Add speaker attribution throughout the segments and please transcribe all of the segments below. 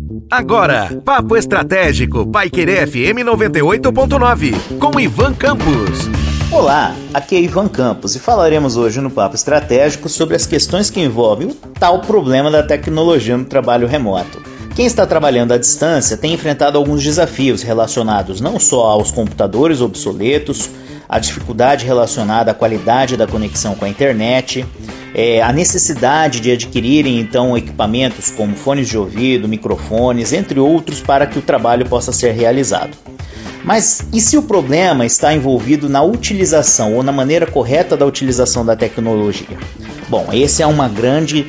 Speaker 1: Agora, Papo Estratégico, Paiquerê FM 98.9, com Ivan Campos.
Speaker 2: Olá, aqui é Ivan Campos e falaremos hoje no Papo Estratégico sobre as questões que envolvem o tal problema da tecnologia no trabalho remoto. Quem está trabalhando à distância tem enfrentado alguns desafios relacionados não só aos computadores obsoletos, a dificuldade relacionada à qualidade da conexão com a internet, a necessidade de adquirirem então equipamentos como fones de ouvido, microfones, entre outros, para que o trabalho possa ser realizado. Mas e se o problema está envolvido na utilização ou na maneira correta da utilização da tecnologia? Bom, essa é uma grande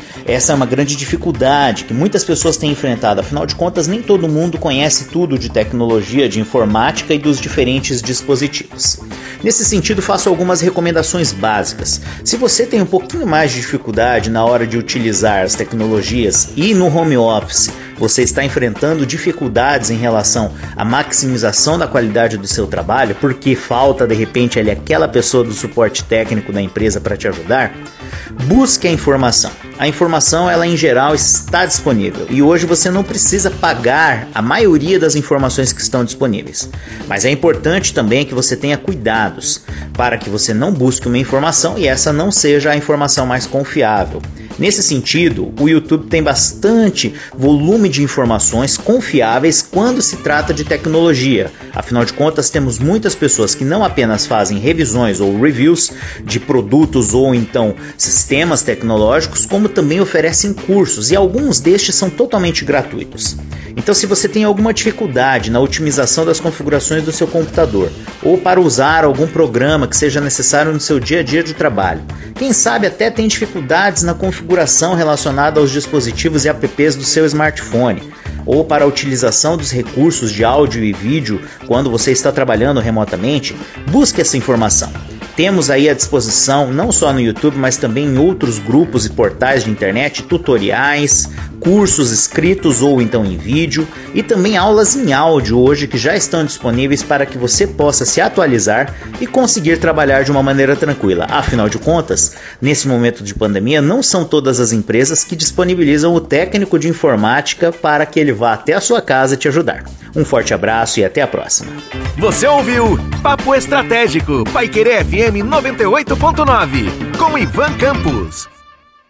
Speaker 2: dificuldade que muitas pessoas têm enfrentado. Afinal de contas, nem todo mundo conhece tudo de tecnologia, de informática e dos diferentes dispositivos. Nesse sentido, faço algumas recomendações básicas. Se você tem um pouquinho mais de dificuldade na hora de utilizar as tecnologias e no home office você está enfrentando dificuldades em relação à maximização da qualidade do seu trabalho, porque falta de repente ali aquela pessoa do suporte técnico da empresa para te ajudar, busque a informação. A informação, ela em geral está disponível e hoje você não precisa pagar a maioria das informações que estão disponíveis. Mas é importante também que você tenha cuidados para que você não busque uma informação e essa não seja a informação mais confiável. Nesse sentido, o YouTube tem bastante volume de informações confiáveis quando se trata de tecnologia. Afinal de contas, temos muitas pessoas que não apenas fazem revisões ou reviews de produtos ou então sistemas tecnológicos, como também oferecem cursos e alguns destes são totalmente gratuitos. Então, se você tem alguma dificuldade na otimização das configurações do seu computador ou para usar algum programa que seja necessário no seu dia a dia de trabalho, quem sabe até tem dificuldades na configuração relacionada aos dispositivos e apps do seu smartphone, ou para a utilização dos recursos de áudio e vídeo quando você está trabalhando remotamente, busque essa informação. Temos aí à disposição, não só no YouTube, mas também em outros grupos e portais de internet, tutoriais, cursos escritos ou então em vídeo e também aulas em áudio hoje que já estão disponíveis para que você possa se atualizar e conseguir trabalhar de uma maneira tranquila. Afinal de contas, nesse momento de pandemia, não são todas as empresas que disponibilizam o técnico de informática para que ele vá até a sua casa te ajudar. Um forte abraço e até a próxima.
Speaker 1: Você ouviu Papo Estratégico, Paiquerê FM 98.9, com Ivan Campos.